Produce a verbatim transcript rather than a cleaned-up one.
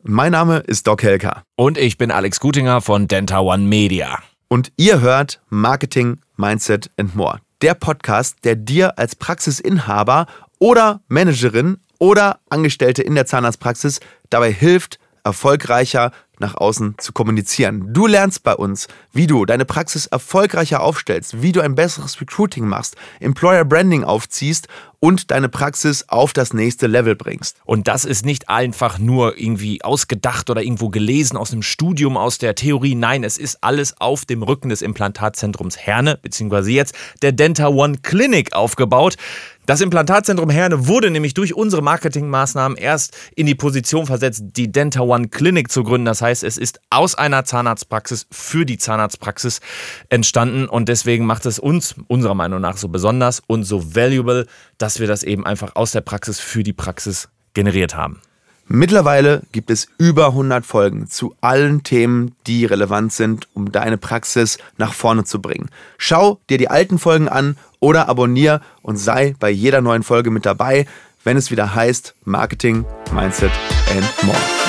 Mein Name ist Doc Helker. Und ich bin Alex Gutinger von Denta One Media. Und ihr hört Marketing, Mindset and More. Der Podcast, der dir als Praxisinhaber oder Managerin oder Angestellte in der Zahnarztpraxis dabei hilft, erfolgreicher nach außen zu kommunizieren. Du lernst bei uns, wie du deine Praxis erfolgreicher aufstellst, wie du ein besseres Recruiting machst, Employer Branding aufziehst und deine Praxis auf das nächste Level bringst. Und das ist nicht einfach nur irgendwie ausgedacht oder irgendwo gelesen aus einem Studium, aus der Theorie. Nein, es ist alles auf dem Rücken des Implantatzentrums Herne, beziehungsweise jetzt der Denta One Clinic aufgebaut. Das Implantatzentrum Herne wurde nämlich durch unsere Marketingmaßnahmen erst in die Position versetzt, die Denta One Clinic zu gründen. Das heißt, es ist aus einer Zahnarztpraxis für die Zahnarztpraxis entstanden und deswegen macht es uns unserer Meinung nach so besonders und so valuable, dass wir das eben einfach aus der Praxis für die Praxis generiert haben. Mittlerweile gibt es über hundert Folgen zu allen Themen, die relevant sind, um deine Praxis nach vorne zu bringen. Schau dir die alten Folgen an oder abonniere und sei bei jeder neuen Folge mit dabei, wenn es wieder heißt Marketing, Mindset and More.